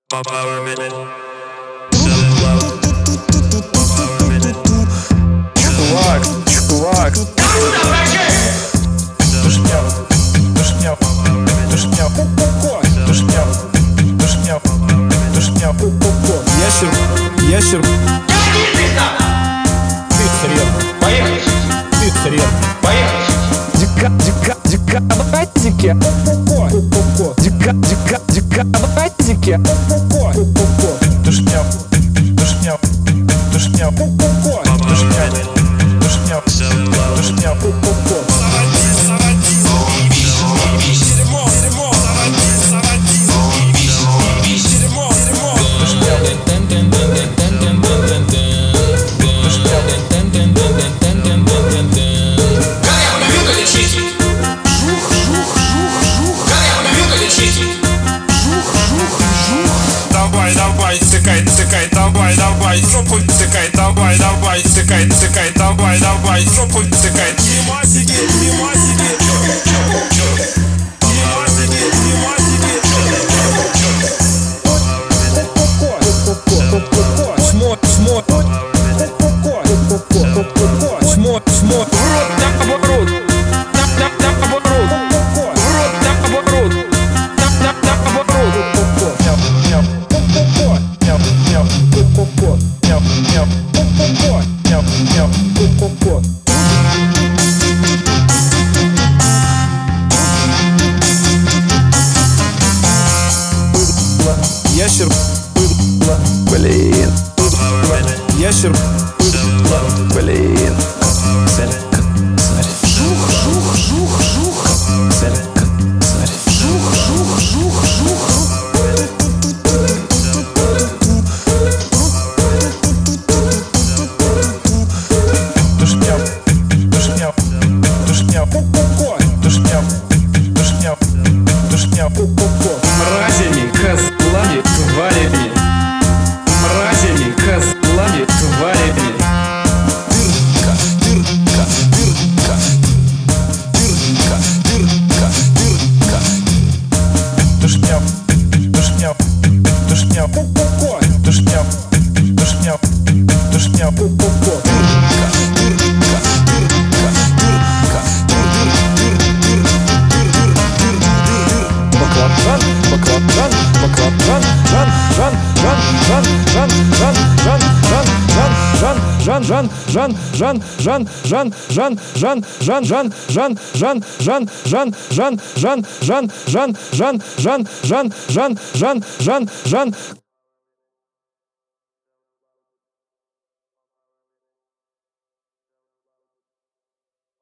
Power minute. Selling love. Power minute. Чувак, чувак. Ящер. Ты хрен. Поехали. Ты хрен. Поехали. Дикабатики. Дикабатики. Selling love. Давай, цикай, давай, жопу цикай, давай, цикай, давай, жопу цикай. Ящер, блин. Ящер, блин. Мразями, козлами, тварями. Мразями, козлами, тварями. Жан